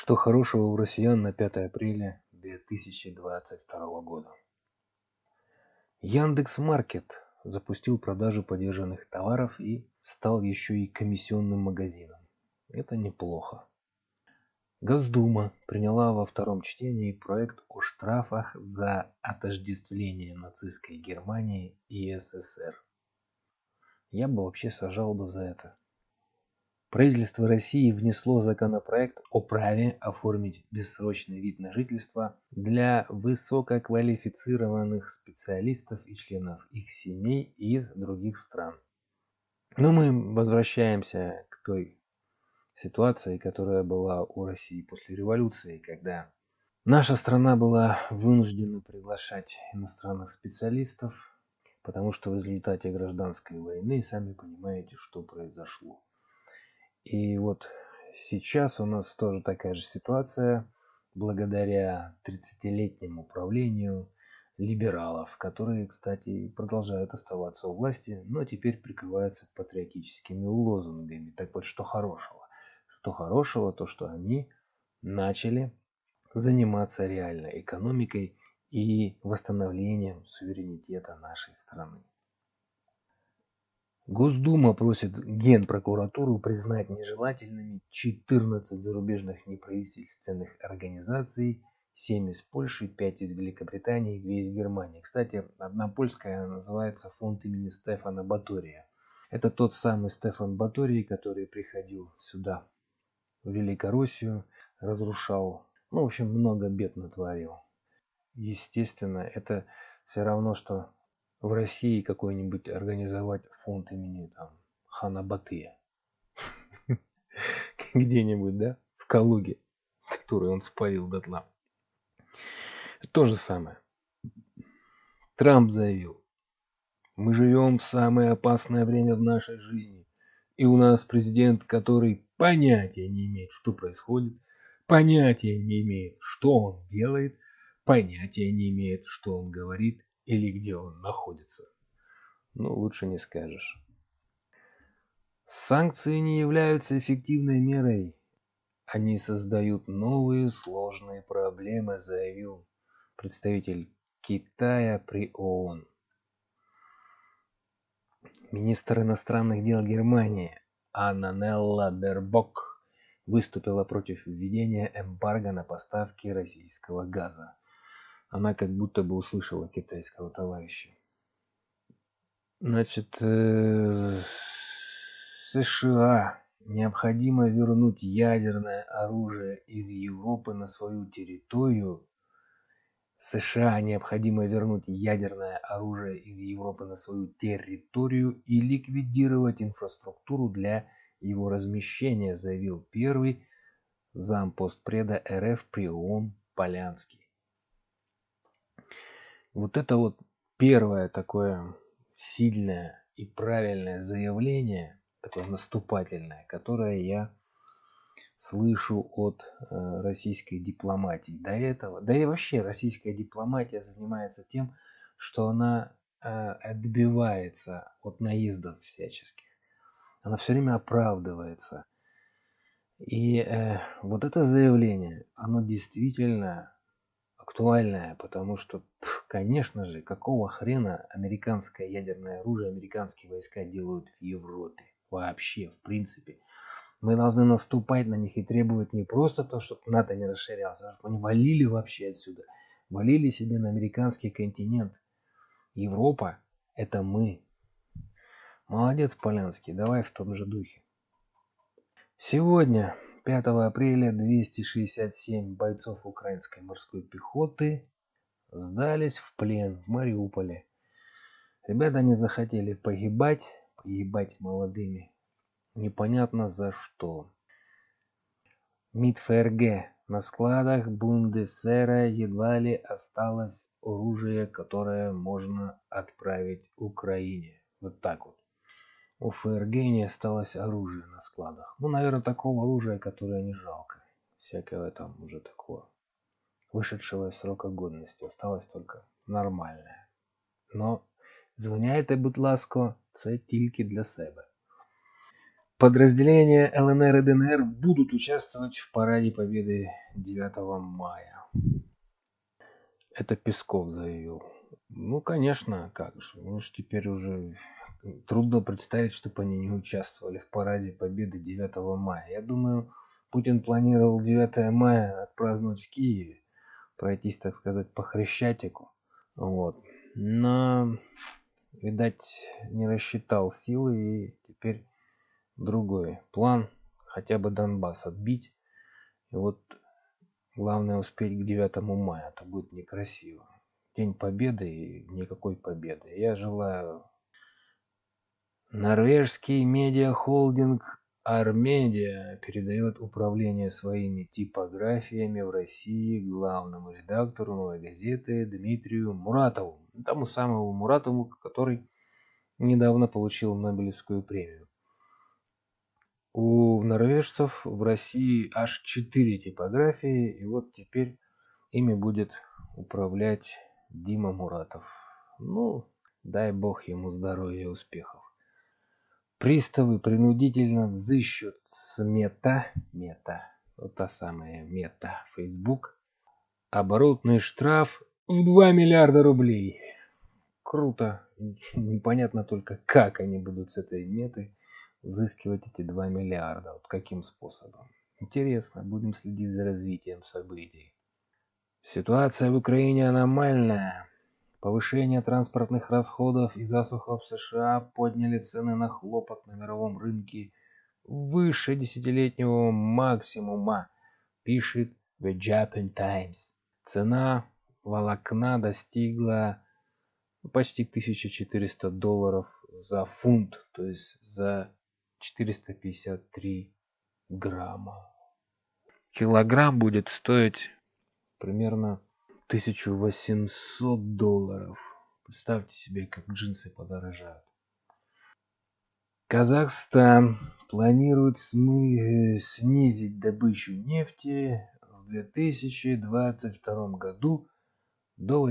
Что хорошего у россиян на 5 апреля 2022 года? Яндекс.Маркет запустил продажу подержанных товаров и стал еще и комиссионным магазином. Это неплохо. Госдума приняла во втором чтении проект о штрафах за отождествление нацистской Германии и СССР. Я бы вообще сажал бы за это. Правительство России внесло законопроект о праве оформить бессрочный вид на жительство для высококвалифицированных специалистов и членов их семей из других стран. Но мы возвращаемся к той ситуации, которая была у России после революции, когда наша страна была вынуждена приглашать иностранных специалистов, потому что в результате гражданской войны, сами понимаете, что произошло. И вот сейчас у нас тоже такая же ситуация, благодаря 30-летнему правлению либералов, которые, кстати, продолжают оставаться у власти, но теперь прикрываются патриотическими лозунгами. Так вот, что хорошего? Что хорошего, то что они начали заниматься реально экономикой и восстановлением суверенитета нашей страны. Госдума просит Генпрокуратуру признать нежелательными 14 зарубежных неправительственных организаций, 7 из Польши, 5 из Великобритании и 2 из Германии. Кстати, одна польская называется фонд имени Стефана Батория. Это тот самый Стефан Баторий, который приходил сюда, в Великороссию, разрушал, в общем, много бед натворил. Естественно, это все равно, что в России какой-нибудь организовать фонд имени Хана Батыя. Где-нибудь, да, в Калуге, который он спалил дотла. То же самое. Трамп заявил: мы живем в самое опасное время в нашей жизни. И у нас президент, который понятия не имеет, что происходит, понятия не имеет, что он делает, понятия не имеет, что он говорит или где он находится. Лучше не скажешь. Санкции не являются эффективной мерой. Они создают новые сложные проблемы, заявил представитель Китая при ООН. Министр иностранных дел Германии Аннанелла Бербок выступила против введения эмбарго на поставки российского газа. Она как будто бы услышала китайского товарища. Значит, США необходимо вернуть ядерное оружие из Европы на свою территорию. США необходимо вернуть ядерное оружие из Европы на свою территорию и ликвидировать инфраструктуру для его размещения, заявил первый зампостпреда РФ при ООН Полянский. Вот это вот первое такое сильное и правильное заявление, такое наступательное, которое я слышу от российской дипломатии. До этого, да и вообще российская дипломатия занимается тем, что она отбивается от наездов всяческих. Она все время оправдывается. И вот это заявление, оно действительно актуальное, потому что, конечно же, какого хрена американское ядерное оружие, американские войска делают в Европе? Вообще, в принципе. Мы должны наступать на них и требовать не просто то, чтобы НАТО не расширялся, а чтобы они валили вообще отсюда. Валили себе на американский континент. Европа – это мы. Молодец, Полянский, давай в том же духе. Сегодня, 5 апреля, 267 бойцов украинской морской пехоты сдались в плен в Мариуполе. Ребята не захотели погибать молодыми. Непонятно за что. МИД ФРГ. На складах Бундесвера едва ли осталось оружие, которое можно отправить Украине. Вот так вот. У ФРГ не осталось оружия на складах. Наверное, такого оружия, которое не жалко. Всякого там уже такого вышедшего из срока годности. Осталось только нормальное. Но звоняйте, будь ласка, це тільки для себе. Подразделения ЛНР и ДНР будут участвовать в параде Победы 9 мая. Это Песков заявил. Ну, конечно, как же. Ну, ж теперь уже трудно представить, чтобы они не участвовали в параде Победы 9 мая. Я думаю, Путин планировал 9 мая отпраздновать в Киеве, пройтись, так сказать, по Хрещатику. Вот. Но, видать, не рассчитал силы, и теперь другой план, хотя бы Донбасс отбить. И вот главное успеть к 9 мая, а то будет некрасиво. День Победы и никакой победы. Я желаю. Норвежский медиахолдинг Армедиа передает управление своими типографиями в России главному редактору «Новой газеты» Дмитрию Муратову. Тому самому Муратову, который недавно получил Нобелевскую премию. У норвежцев в России аж 4 типографии, и вот теперь ими будет управлять Дима Муратов. Ну, дай бог ему здоровья и успехов. Приставы принудительно взыщут с мета, вот та самая мета, Facebook, оборотный штраф в 2 миллиарда рублей. Круто. Непонятно только, как они будут с этой меты взыскивать эти 2 миллиарда. Вот каким способом. Интересно, будем следить за развитием событий. Ситуация в Украине аномальная. Повышение транспортных расходов и засуха в США подняли цены на хлопок на мировом рынке выше десятилетнего максимума, пишет The Japan Times. Цена волокна достигла почти $1400 за фунт, то есть за 453 грамма. Килограмм будет стоить примерно $1800. Представьте себе, как джинсы подорожают. Казахстан планирует снизить добычу нефти в 2022 году до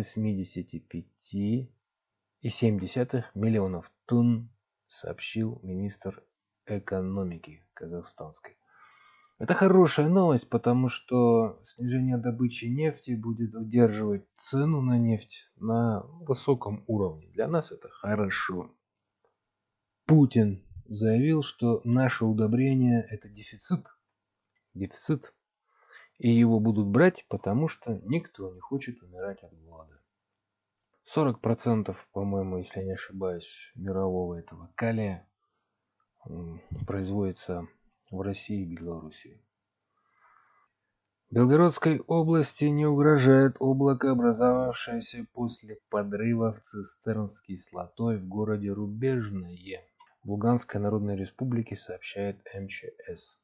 85,7 миллионов тонн, сообщил министр экономики казахстанской. Это хорошая новость, потому что снижение добычи нефти будет удерживать цену на нефть на высоком уровне. Для нас это хорошо. Путин заявил, что наше удобрение – это дефицит, и его будут брать, потому что никто не хочет умирать от голода. 40%, по-моему, если я не ошибаюсь, мирового этого калия производится в России и Белоруссии. Белгородской области не угрожает облако, образовавшееся после подрыва в цистерн с кислотой в городе Рубежное в Луганской Народной Республике, сообщает МЧС.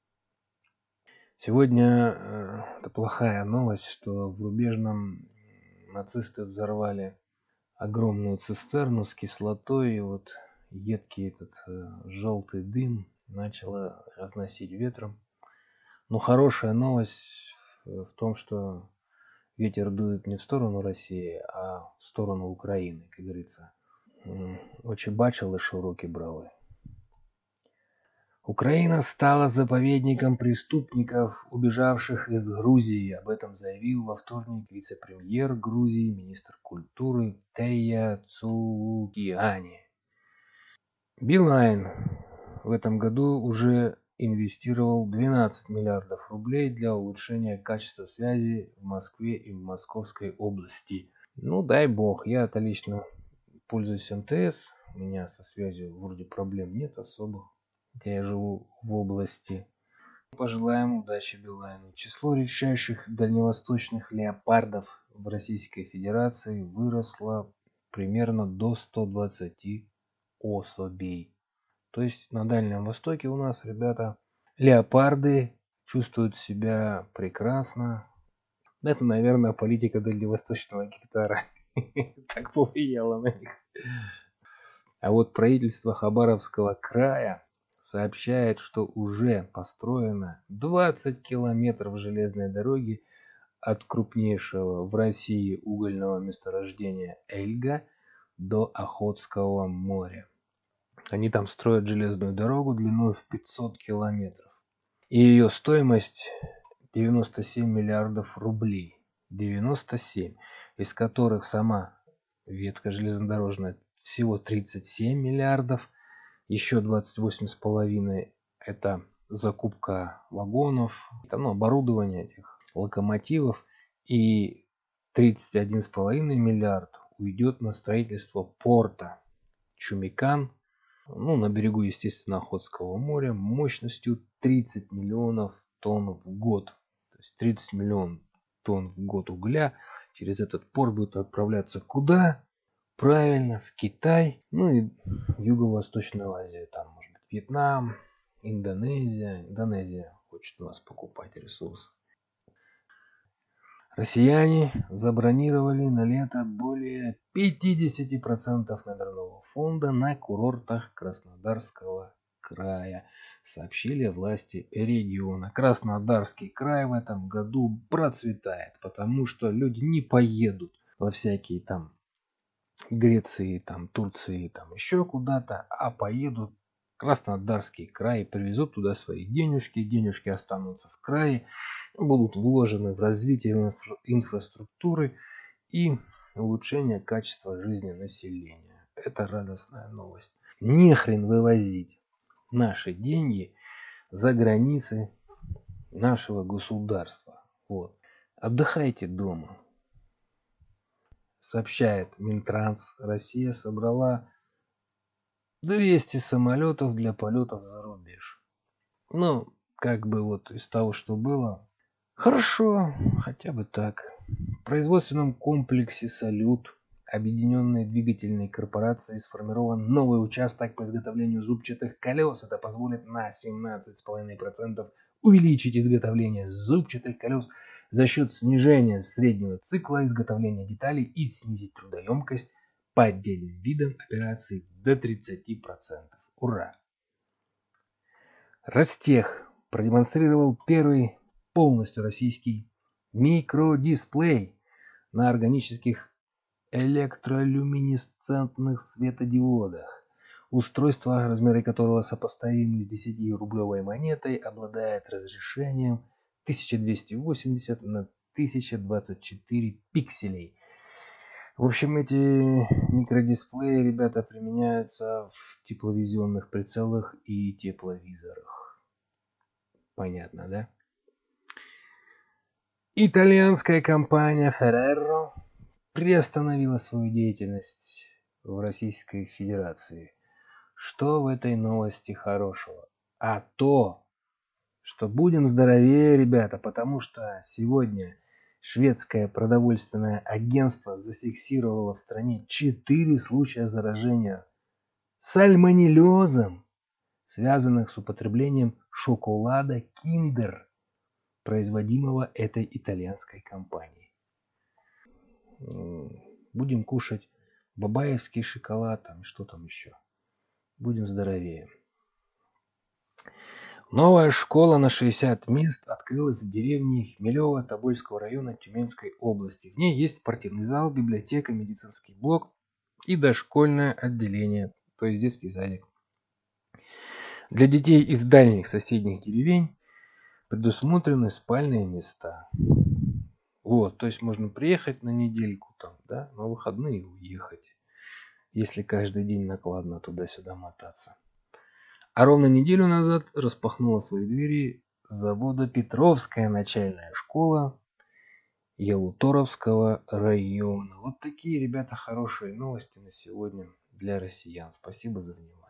Сегодня это плохая новость, что в Рубежном нацисты взорвали огромную цистерну с кислотой, и вот едкий этот желтый дым начало разносить ветром. Но хорошая новость в том, что ветер дует не в сторону России, а в сторону Украины, как говорится. Очень бачили, що руки брали. Украина стала заповедником преступников, убежавших из Грузии. Об этом заявил во вторник вице-премьер Грузии, министр культуры Тея Цукиани. Билайн в этом году уже инвестировал 12 миллиардов рублей для улучшения качества связи в Москве и в Московской области. Ну, дай бог, я-то лично пользуюсь МТС, у меня со связью вроде проблем нет особых, хотя я живу в области. Пожелаем удачи Билайну. Число редчайших дальневосточных леопардов в Российской Федерации выросло примерно до 120 особей. То есть на Дальнем Востоке у нас, ребята, леопарды чувствуют себя прекрасно. Это, наверное, политика дальневосточного гектара так повлияла на них. А вот правительство Хабаровского края сообщает, что уже построено 20 километров железной дороги от крупнейшего в России угольного месторождения Эльга до Охотского моря. Они там строят железную дорогу длиной в 500 километров. И ее стоимость 97 миллиардов рублей. 97, из которых сама ветка железнодорожная всего 37 миллиардов. Еще 28,5 это закупка вагонов, оборудование этих локомотивов. И 31,5 миллиард уйдет на строительство порта Чумикан, на берегу, естественно, Охотского моря, мощностью 30 миллионов тонн в год. То есть 30 миллионов тонн в год угля через этот порт будет отправляться куда? Правильно, в Китай, и в Юго-Восточную Азию, там, может быть, Вьетнам, Индонезия. Индонезия хочет у нас покупать ресурсы. Россияне забронировали на лето более 50% номерного фонда на курортах Краснодарского края, сообщили власти региона. Краснодарский край в этом году процветает, потому что люди не поедут во всякие там Греции, там Турции, там еще куда-то, а поедут в Краснодарский край, привезут туда свои денежки, денежки останутся в крае, будут вложены в развитие инфраструктуры и улучшение качества жизни населения. Это радостная новость. Не хрен вывозить наши деньги за границы нашего государства. Вот. Отдыхайте дома. Сообщает Минтранс, Россия собрала 200 самолетов для полетов за рубеж. Из того, что было. Хорошо, хотя бы так. В производственном комплексе «Салют» Объединенной двигательной корпорации сформирован новый участок по изготовлению зубчатых колес. Это позволит на 17,5% увеличить изготовление зубчатых колес за счет снижения среднего цикла изготовления деталей и снизить трудоемкость по отдельным видам операций до 30%. Ура! Ростех продемонстрировал первый полностью российский микродисплей на органических электролюминесцентных светодиодах. Устройство, размеры которого сопоставимы с 10-рублевой монетой, обладает разрешением 1280 на 1024 пикселей. В общем, эти микродисплеи, ребята, применяются в тепловизионных прицелах и тепловизорах. Понятно, да? Итальянская компания Ferrero приостановила свою деятельность в Российской Федерации. Что в этой новости хорошего? А то, что будем здоровее, ребята, потому что сегодня шведское продовольственное агентство зафиксировало в стране 4 случая заражения сальмонеллезом, связанных с употреблением шоколада Kinder, производимого этой итальянской компанией. Будем кушать бабаевский шоколад, что там еще. Будем здоровее. Новая школа на 60 мест открылась в деревне Хмелево Тобольского района Тюменской области. В ней есть спортивный зал, библиотека, медицинский блок и дошкольное отделение, то есть детский садик. Для детей из дальних соседних деревень предусмотрены спальные места. То есть можно приехать на недельку на выходные уехать, если каждый день накладно туда-сюда мотаться. А ровно неделю назад распахнула свои двери завода Петровская начальная школа Ялуторовского района. Вот такие, ребята, хорошие новости на сегодня для россиян. Спасибо за внимание.